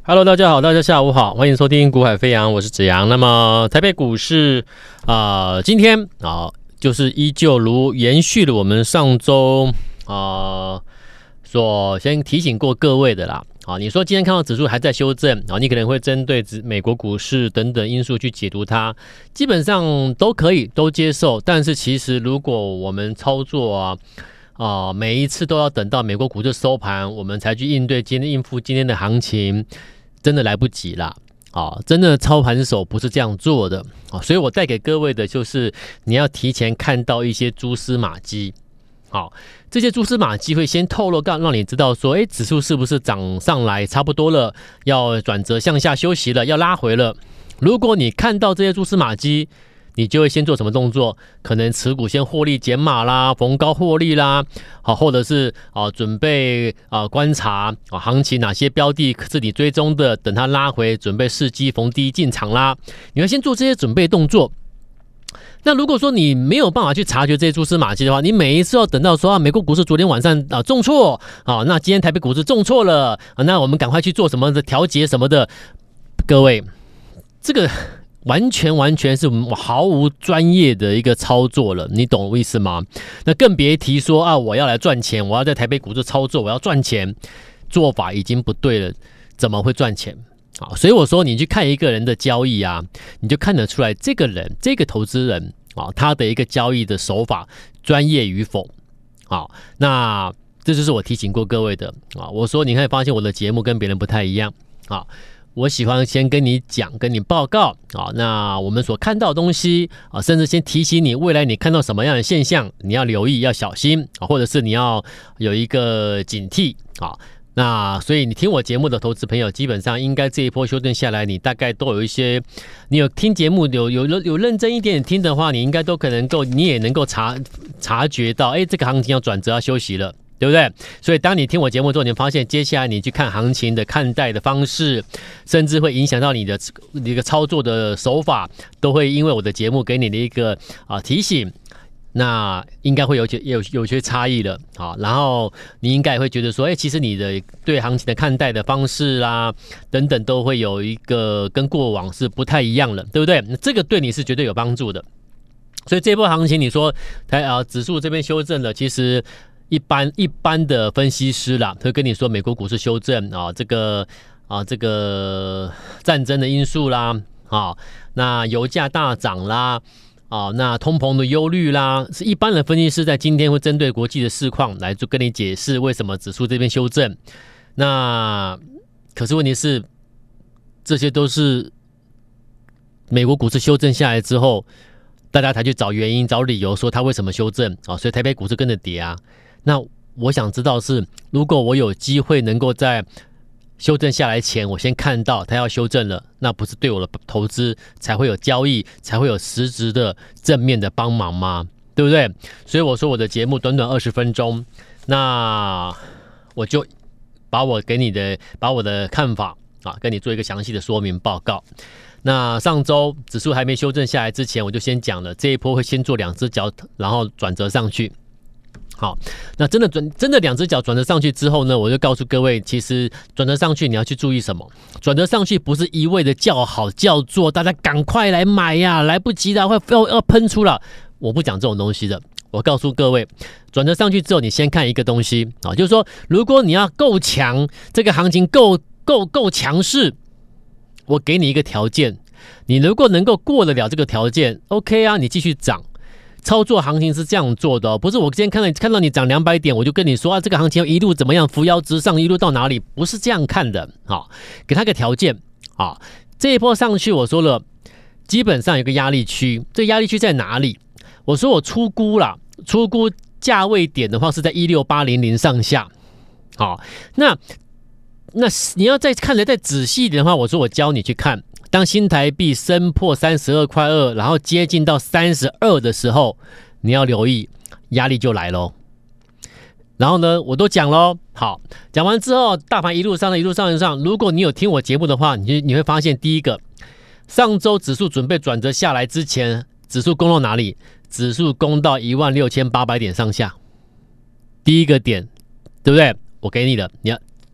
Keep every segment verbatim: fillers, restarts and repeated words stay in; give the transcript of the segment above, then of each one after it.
Hello， 大家好，大家下午好，欢迎收听股海飞扬，我是子阳。那么台北股市啊、呃，今天啊、呃，就是依旧如延续了我们上周啊、呃、所先提醒过各位的啦。啊，你说今天看到指数还在修正啊，你可能会针对美国股市等等因素去解读它，基本上都可以都接受。但是其实如果我们操作啊。啊、呃，每一次都要等到美国股市收盘，我们才去应对今天应付今天的行情，真的来不及啦。啊，真的操盘手不是这样做的啊，所以我带给各位的就是你要提前看到一些蛛丝马迹。好，这些蛛丝马迹会先透露让让你知道说，哎，指数是不是涨上来差不多了，要转折向下休息了，要拉回了。如果你看到这些蛛丝马迹，你就会先做什么动作？可能持股先获利减码啦，逢高获利啦，好，或者是啊准备啊观察啊行情哪些标的是你追踪的，等它拉回，准备伺机逢低进场啦。你要先做这些准备动作。那如果说你没有办法去察觉这些蛛丝马迹的话，你每一次要等到说啊美国股市昨天晚上啊重挫啊，那今天台北股市重挫了啊，那我们赶快去做什么的调节什么的，各位，这个。完全完全是毫无专业的一个操作了，你懂我意思吗？那更别提说啊，我要来赚钱，我要在台北股市操作，我要赚钱，做法已经不对了，怎么会赚钱？啊，所以我说你去看一个人的交易啊，你就看得出来这个人这个投资人啊，他的一个交易的手法专业与否。好，那这就是我提醒过各位的啊，我说你可以发现我的节目跟别人不太一样啊。我喜欢先跟你讲，跟你报告啊，那我们所看到的东西啊，甚至先提醒你未来你看到什么样的现象，你要留意，要小心啊，或者是你要有一个警惕啊。那所以你听我节目的投资朋友，基本上应该这一波修正下来，你大概都有一些，你有听节目有有有认真一点点听的话，你应该都可能够，你也能够察察觉到，哎，这个行情要转折要休息了。对不对？所以当你听我节目之后，你发现接下来你去看行情的看待的方式，甚至会影响到你的一个操作的手法，都会因为我的节目给你的一个啊提醒，那应该会有些有有些差异了啊。然后你应该也会觉得说，哎，其实你的对行情的看待的方式啦，等等，都会有一个跟过往是不太一样了，对不对？这个对你是绝对有帮助的。所以这波行情，你说台啊指数这边修正了，其实。一般一般的分析师啦，会跟你说美国股市修正啊，这个啊这个战争的因素啦，啊那油价大涨啦，啊那通膨的忧虑啦，是一般的分析师在今天会针对国际的市况来就跟你解释为什么指数这边修正。那可是问题是，这些都是美国股市修正下来之后，大家才去找原因、找理由，说它为什么修正啊？所以台北股市跟着跌啊。那我想知道是，如果我有机会能够在修正下来前，我先看到它要修正了，那不是对我的投资才会有交易，才会有实质的正面的帮忙吗？对不对？所以我说我的节目短短二十分钟，那我就把我给你的，把我的看法啊，跟你做一个详细的说明报告。那上周指数还没修正下来之前，我就先讲了，这一波会先做两只脚，然后转折上去。好，那真的转真的两只脚转折上去之后呢，我就告诉各位，其实转折上去你要去注意什么？转折上去不是一味的叫好叫座，大家赶快来买呀，来不及了，会要要喷出了。我不讲这种东西的。我告诉各位，转折上去之后，你先看一个东西啊，就是说，如果你要够强，这个行情够够够强势，我给你一个条件，你如果能够过得了这个条件 ，OK 啊，你继续涨。操作行情是这样做的、哦，不是我今天看到看到你涨两百点，我就跟你说啊，这个行情要一路怎么样，扶摇直上，一路到哪里？不是这样看的啊、哦，给他个条件啊。这一波上去，我说了，基本上有个压力区，这个压力区在哪里？我说我初估啦，初估价位点的话是在一六八零零上下。好、哦，那那你要再看得再仔细一点的话，我说我教你去看。当新台币升破三十二块二，然后接近到三十二的时候，你要留意压力就来咯。然后呢，我都讲咯，好，讲完之后，大盘一路上一路上一路上。如果你有听我节目的话，你你会发现，第一个，上周指数准备转折下来之前，指数攻到哪里？指数攻到一万六千八百点上下，第一个点，对不对？我给你的，你要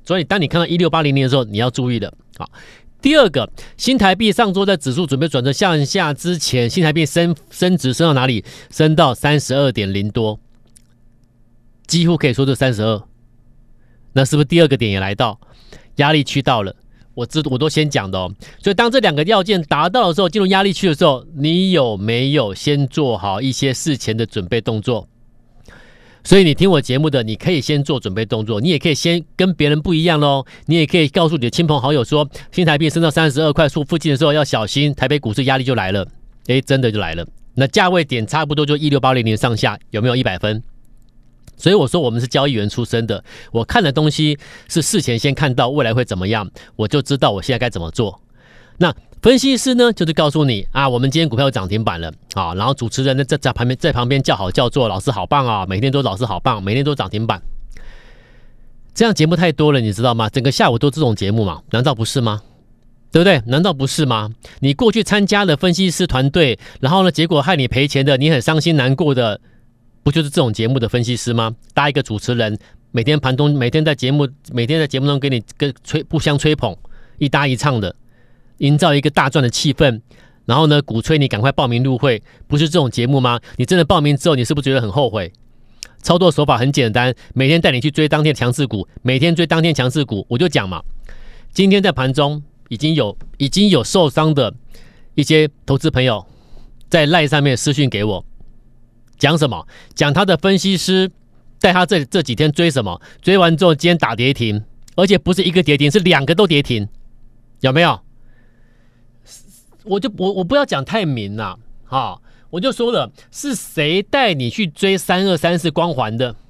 所以当你看到一六八零零的时候，你要注意的。好，第二个，新台币上周在指数准备转折向下之前，新台币升升值升到哪里？升到 三十二点零 多，几乎可以说是三十二。那是不是第二个点也来到？压力区到了，我知我都先讲的哦。所以当这两个要件达到的时候，进入压力区的时候，你有没有先做好一些事前的准备动作？所以你听我节目的，你可以先做准备动作，你也可以先跟别人不一样咯，你也可以告诉你的亲朋好友说，新台币升到三十二块附附近的时候要小心，台北股市压力就来了。诶，真的就来了。那价位点差不多就一六八零零上下，有没有一百分？所以我说我们是交易员出身的，我看的东西是事前先看到未来会怎么样，我就知道我现在该怎么做。那分析师呢，就是告诉你啊，我们今天股票涨停板了啊，然后主持人呢在在旁边在旁边叫好叫座，老师好棒啊，每天都老师好棒，每天都涨停板。这样节目太多了，你知道吗？整个下午都这种节目嘛，难道不是吗？对不对？难道不是吗？你过去参加了分析师团队，然后呢，结果害你赔钱的，你很伤心难过的，不就是这种节目的分析师吗？搭一个主持人，每天盘中，每天在节目，每天在节目中给你跟吹互相吹捧，一搭一唱的。营造一个大赚的气氛，然后呢，鼓吹你赶快报名入会，不是这种节目吗？你真的报名之后，你是不是觉得很后悔？操作手法很简单，每天带你去追当天强势股，每天追当天强势股，我就讲嘛，今天在盘中已经有已经有受伤的一些投资朋友在 LINE 上面私讯给我，讲什么？讲他的分析师带他这这几天追什么？追完之后今天打跌停，而且不是一个跌停，是两个都跌停，有没有？我就我我不要讲太明了，哈，我就说了，是谁带你去追三二三四光环的？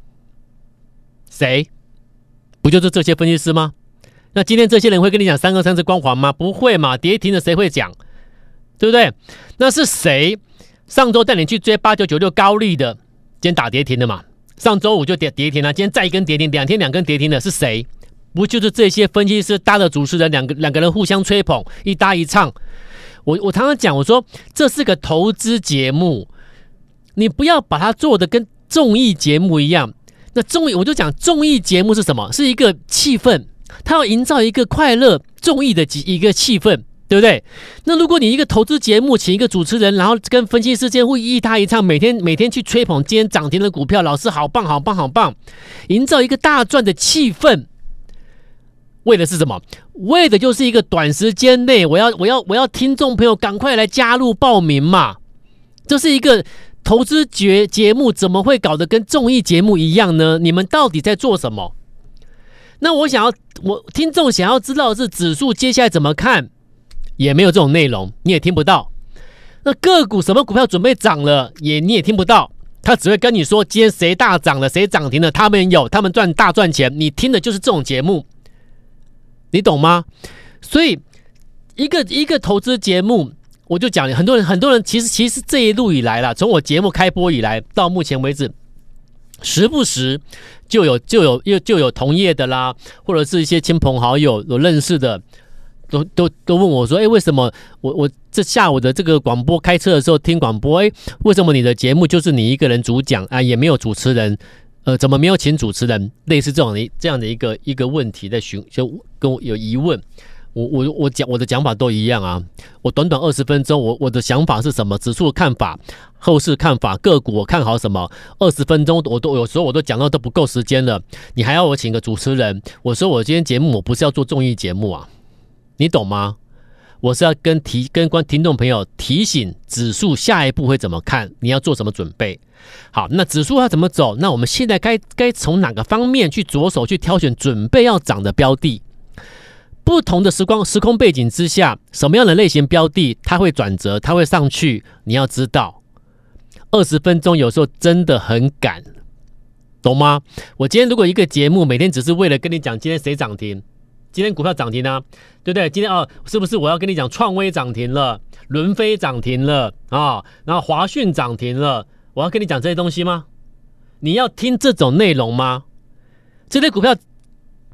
谁？不就是这些分析师吗？那今天这些人会跟你讲三二三四光环吗？不会嘛，跌停的谁会讲？对不对？那是谁上周带你去追八九九六高利的？今天打跌停的嘛，上周五就跌跌停了，今天再一根跌停，两天两根跌停的是谁？不就是这些分析师搭的主持人，两个两个人互相吹捧，一搭一唱。我我常常讲，我说这是个投资节目，你不要把它做的跟综艺节目一样。那综艺我就讲，综艺节目是什么？是一个气氛，它要营造一个快乐综艺的一个气氛，对不对？那如果你一个投资节目，请一个主持人，然后跟分析师之间会一搭一唱，每天每天去吹捧今天涨停的股票，老师好棒好棒好棒，营造一个大赚的气氛。为的是什么？为的就是一个短时间内，我要我要我要听众朋友赶快来加入报名嘛！这是一个投资节节目，怎么会搞得跟综艺节目一样呢？你们到底在做什么？那我想要，我听众想要知道的是指数接下来怎么看，也没有这种内容，你也听不到。那个股什么股票准备涨了，也你也听不到。他只会跟你说今天谁大涨了，谁涨停了，他们有，他们赚大赚钱。你听的就是这种节目。你懂吗？所以一个一个投资节目，我就讲很多人很多人其实其实这一路以来啦，从我节目开播以来到目前为止，时不时就有就有就有同业的啦，或者是一些亲朋好友有认识的，都都都问我说，哎，为什么我我这下午的这个广播开车的时候听广播，哎，为什么你的节目就是你一个人主讲啊，也没有主持人？呃，怎么没有请主持人？类似这种的这样的一个一个问题在询，就跟我有疑问。我我我讲我的讲法都一样啊。我短短二十分钟，我我的想法是什么？指数看法、后市看法、个股我看好什么？二十分钟我都有时候我都讲到都不够时间了，你还要我请个主持人？我说我今天节目我不是要做综艺节目啊，你懂吗？我是要跟提跟观听众朋友提醒指数下一步会怎么看，你要做什么准备。好，那指数要怎么走？那我们现在该该从哪个方面去着手去挑选准备要涨的标的？不同的时光时空背景之下，什么样的类型标的它会转折，它会上去？你要知道，二十分钟有时候真的很赶，懂吗？我今天如果一个节目每天只是为了跟你讲今天谁涨停，今天股票涨停啊，对不对？今天哦，是不是我要跟你讲创威涨停了，伦飞涨停了啊，然后华讯涨停了？我要跟你讲这些东西吗？你要听这种内容吗？这类股票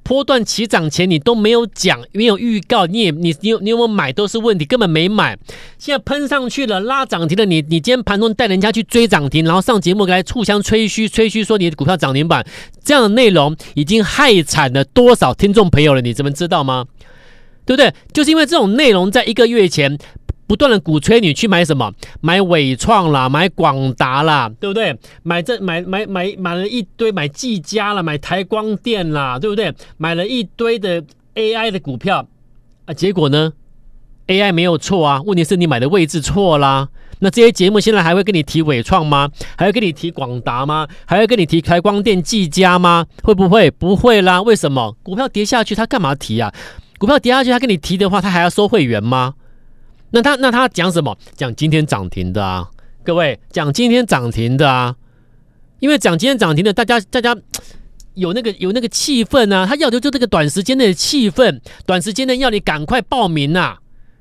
波段起涨前你都没有讲，没有预告，你也你你有你有没有买都是问题，根本没买。现在喷上去了，拉涨停了，你你今天盘中带人家去追涨停，然后上节目来互相吹嘘吹嘘说你的股票涨停板，这样的内容已经害惨了多少听众朋友了，你怎么知道吗？对不对？就是因为这种内容在一个月前不断的鼓吹你去买什么，买伟创啦，买广达啦，对不对？买这买买买买了一堆，买技嘉啦，买台光电啦，对不对？买了一堆的 A I 的股票啊，结果呢 ？A I 没有错啊，问题是你买的位置错啦。那这些节目现在还会跟你提伟创吗？还会跟你提广达吗？还会跟你提台光电、技嘉吗？会不会？不会啦。为什么？股票跌下去，他干嘛提啊？股票跌下去，他跟你提的话，他还要收会员吗？那他那他讲什么？讲今天涨停的啊，各位讲今天涨停的啊，因为讲今天涨停的，大家大家有那个有那个气氛啊，他要的就这个短时间的气氛，短时间内要你赶快报名啊。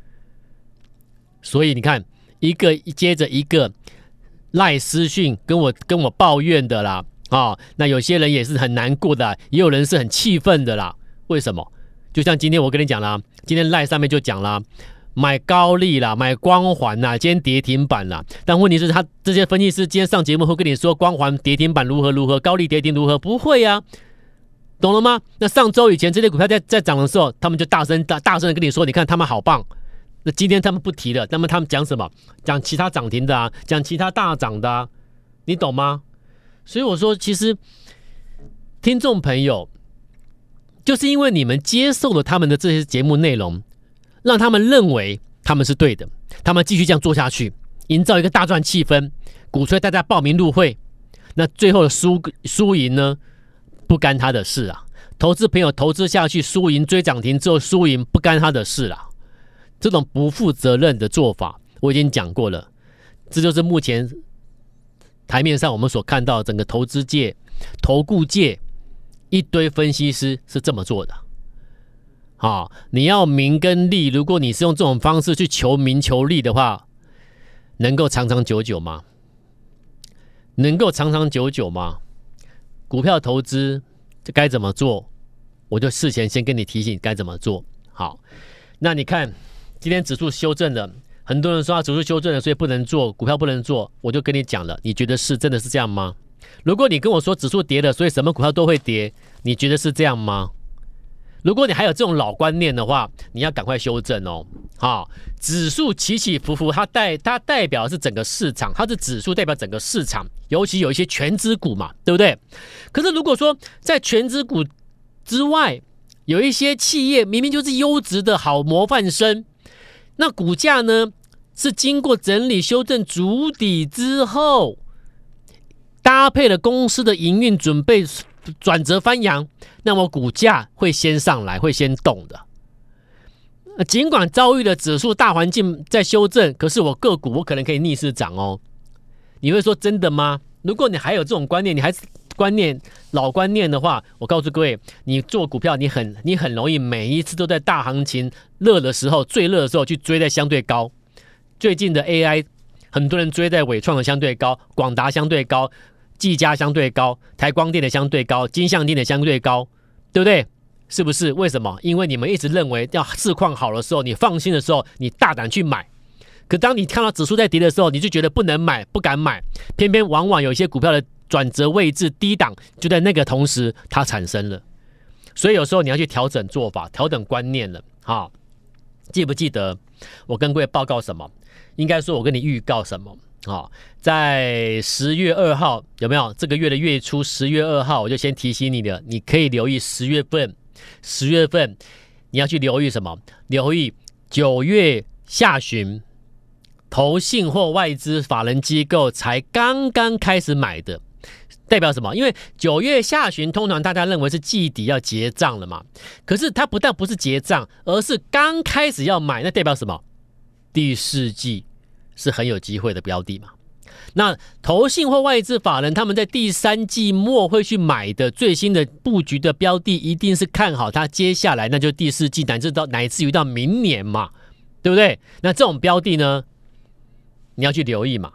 所以你看，一个接着一个赖私讯跟我跟我抱怨的啦，啊、哦，那有些人也是很难过的、啊，也有人是很气愤的啦。为什么？就像今天我跟你讲啦，今天赖上面就讲啦。买高利啦，买光环啦，今天跌停板啦。但问题是，他这些分析师今天上节目会跟你说光环跌停板如何如何，高利跌停如何？不会啊，懂了吗？那上周以前这些股票在在涨的时候，他们就大声大大声的跟你说，你看他们好棒。那今天他们不提了，那么他们讲什么？讲其他涨停的啊，讲其他大涨的啊，你懂吗？所以我说，其实听众朋友，就是因为你们接受了他们的这些节目内容。让他们认为他们是对的，他们继续这样做下去，营造一个大赚气氛，鼓吹大家报名入会。那最后的输输赢呢，不干他的事啊。投资朋友投资下去，输赢追涨停之后输赢不干他的事啦。这种不负责任的做法，我已经讲过了。这就是目前台面上我们所看到整个投资界、投顾界一堆分析师是这么做的。啊，你要名跟利，如果你是用这种方式去求名求利的话，能够长长久久吗？能够长长久久吗？股票投资该怎么做？我就事前先跟你提醒该怎么做。好，那你看今天指数修正了，很多人说指数修正了，所以不能做股票，不能做。我就跟你讲了，你觉得是真的是这样吗？如果你跟我说指数跌了，所以什么股票都会跌，你觉得是这样吗？如果你还有这种老观念的话，你要赶快修正哦。好，指数起起伏伏，它代它代表的是整个市场，它是指数代表整个市场，尤其有一些全资股嘛，对不对？可是如果说在全资股之外，有一些企业明明就是优质的好模范生，那股价呢是经过整理修正筑底之后，搭配了公司的营运准备转折翻扬，那么股价会先上来，会先动的。尽管遭遇了指数大环境在修正，可是我个股我可能可以逆势涨哦。你会说真的吗？如果你还有这种观念，你还是观念老观念的话，我告诉各位，你做股票你很你很容易每一次都在大行情热的时候，最热的时候去追在相对高。最近的 A I 很多人追在伟创的相对高，广达相对高，技嘉相对高，台光电的相对高，金像电的相对高，对不对？是不是？为什么？因为你们一直认为要市况好的时候，你放心的时候，你大胆去买。可当你看到指数在跌的时候，你就觉得不能买，不敢买。偏偏往往有一些股票的转折位置低档，就在那个同时它产生了。所以有时候你要去调整做法，调整观念了。好，记不记得我跟各位报告什么？应该说我跟你预告什么？好，在十月二号有没有？这个月的月初，十月二号我就先提醒你了，你可以留意十月份。十月份你要去留意什么？留意九月下旬，投信或外资法人机构才刚刚开始买的，代表什么？因为九月下旬通常大家认为是季底要结账了嘛，可是它不但不是结账，而是刚开始要买，那代表什么？第四季是很有机会的标的嘛。那投信或外资法人他们在第三季末会去买的最新的布局的标的，一定是看好它接下来，那就第四季乃至到乃至于到明年嘛，对不对？那这种标的呢，你要去留意嘛。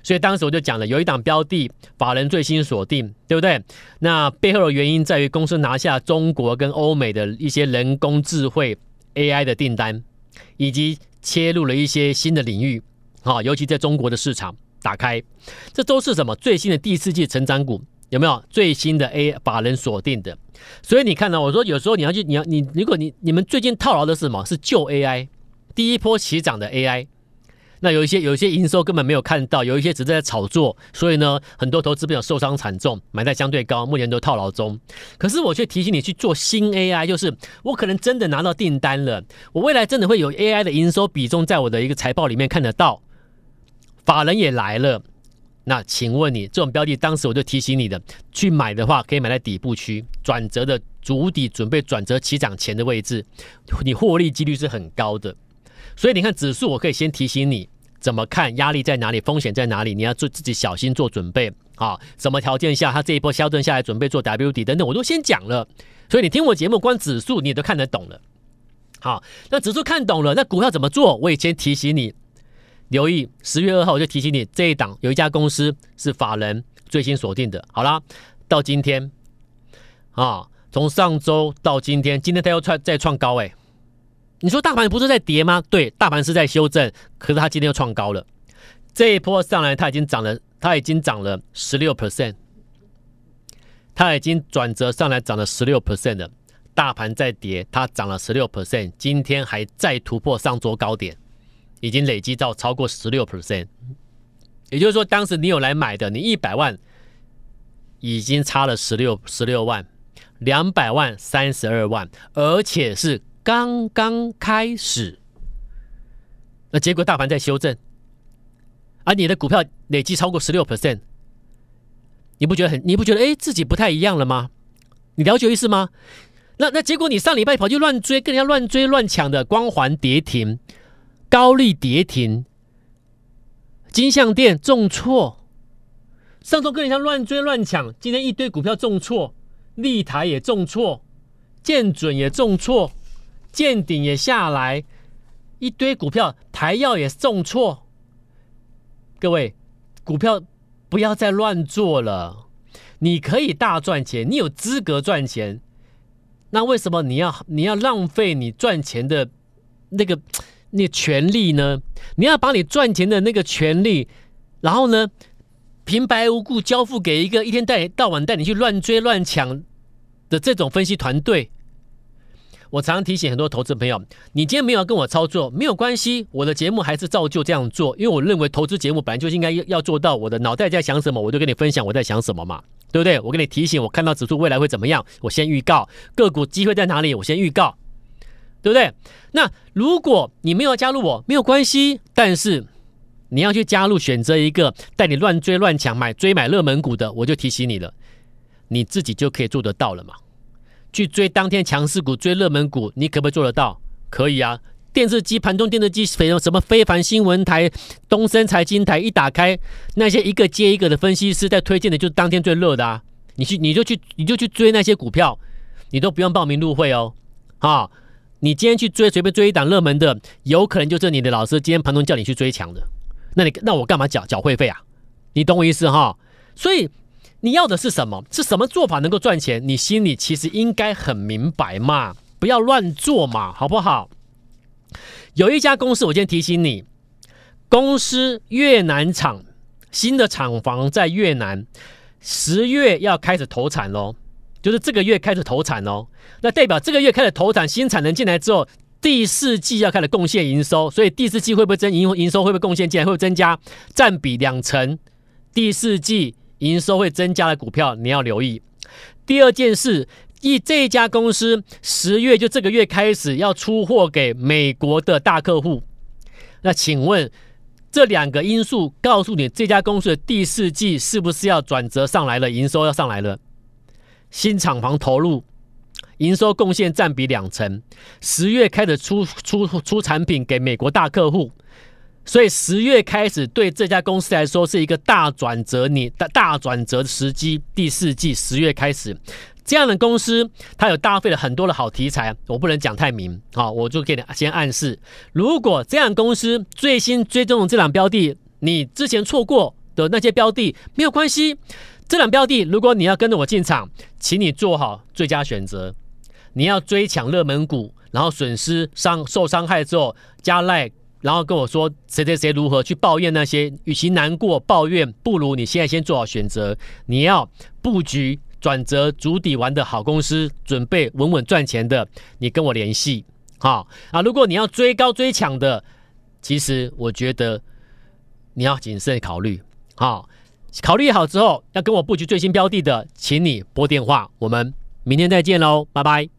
所以当时我就讲了，有一档标的法人最新锁定，对不对？那背后的原因在于公司拿下中国跟欧美的一些人工智慧 A I 的订单，以及切入了一些新的领域，啊，尤其在中国的市场打开，这都是什么最新的第四季成长股，有没有最新的 A 法人锁定的？所以你看到、哦、我说有时候你要去，你要你如果你你们最近套牢的是什么？是旧 A I， 第一波起涨的 A I。那有一些有一些营收根本没有看到，有一些只是在炒作，所以呢，很多投资朋友受伤惨重，买在相对高，目前都套牢中。可是我却提醒你去做新 A I， 就是我可能真的拿到订单了，我未来真的会有 A I 的营收比重在我的一个财报里面看得到，法人也来了。那请问你这种标的，当时我就提醒你的，去买的话可以买在底部区，转折的主底准备转折起涨前的位置，你获利几率是很高的。所以你看指数，我可以先提醒你怎么看，压力在哪里，风险在哪里，你要做自己小心做准备啊。什么条件下它这一波消震下来，准备做 W D 等等，我都先讲了。所以你听我节目，光指数你也都看得懂了。好，那指数看懂了，那股票怎么做？我也先提醒你，留意十月二号我就提醒你，这一档有一家公司是法人最新锁定的。好啦，到今天啊，从上周到今天，今天它又再创高哎、欸。你说大盘不是在跌吗？对，大盘是在修正，可是它今天又创高了。这一波上来，它已经涨了，它已经涨了 百分之十六， 它已经转折上来涨了 百分之十六 了。大盘在跌，它涨了 百分之十六， 今天还再突破上周高点，已经累积到超过 百分之十六。也就是说，当时你有来买的，你一百万已经差了十六万，两百万三十二万，而且是刚刚开始，那结果大盘在修正，而、啊、你的股票累计超过 百分之十六， 你不觉得很？你不觉得哎自己不太一样了吗？你了解意思吗？那那结果你上礼拜跑去乱追，跟人家乱追乱抢的，光环跌停，高利跌停，金像电重挫，上周跟人家乱追乱抢，今天一堆股票重挫，立台也重挫，建准也重挫。见顶也下来，一堆股票，台药也重挫。各位，股票不要再乱做了。你可以大赚钱，你有资格赚钱，那为什么你要你要浪费你赚钱的那个那个权利呢？你要把你赚钱的那个权利，然后呢，平白无故交付给一个一天带到晚带你去乱追乱抢的这种分析团队？我常常提醒很多投资朋友，你今天没有要跟我操作没有关系，我的节目还是照旧这样做，因为我认为投资节目本来就应该要做到我的脑袋在想什么，我就跟你分享我在想什么嘛，对不对？我跟你提醒，我看到指数未来会怎么样，我先预告，个股机会在哪里，我先预告，对不对？那如果你没有加入我没有关系，但是你要去加入，选择一个带你乱追乱抢买追买热门股的，我就提醒你了，你自己就可以做得到了嘛。去追当天强势股，追热门股，你可不可以做得到？可以啊！电视机、盘中电视机，什么非凡新闻台、东森财经台，一打开，那些一个接一个的分析师在推荐的，就是当天最热的啊！你去，你就去，你就去追那些股票，你都不用报名入会哦。啊，你今天去追，随便追一档热门的，有可能就是你的老师今天盘中叫你去追强的，那你那我干嘛缴缴会费啊？你懂我意思哈？所以。你要的是什么？是什么做法能够赚钱？你心里其实应该很明白嘛，不要乱做嘛，好不好？有一家公司，我今天提醒你，公司越南厂新的厂房在越南，十月要开始投产咯，就是这个月开始投产咯。那代表这个月开始投产，新产能进来之后，第四季要开始贡献营收，所以第四季会不会增营营收会不会贡献进来，会不会增加占比两成？第四季。营收会增加的股票你要留意。第二件事，一这家公司十月就这个月开始要出货给美国的大客户，那请问这两个因素告诉你这家公司的第四季是不是要转折上来了，营收要上来了？新厂房投入，营收贡献占比两成，十月开始出出出产品给美国大客户。所以十月开始对这家公司来说是一个大转折，你大转折的时机。第四季十月开始，这样的公司它有搭配了很多的好题材，我不能讲太明，好，我就给你先暗示，如果这样的公司最新追踪的这档标的，你之前错过， 的那些标的没有关系。这档标的，如果你要跟着我进场，请你做好最佳选择。你要追抢热门股，然后损失伤受伤害之后加赖，然后跟我说谁谁谁如何去抱怨那些，与其难过抱怨，不如你现在先做好选择。你要布局转折筑底完的好公司，准备稳稳赚钱的，你跟我联系。好啊，如果你要追高追抢的，其实我觉得你要谨慎考虑。好，考虑好之后，要跟我布局最新标的的，请你拨电话。我们明天再见喽，拜拜。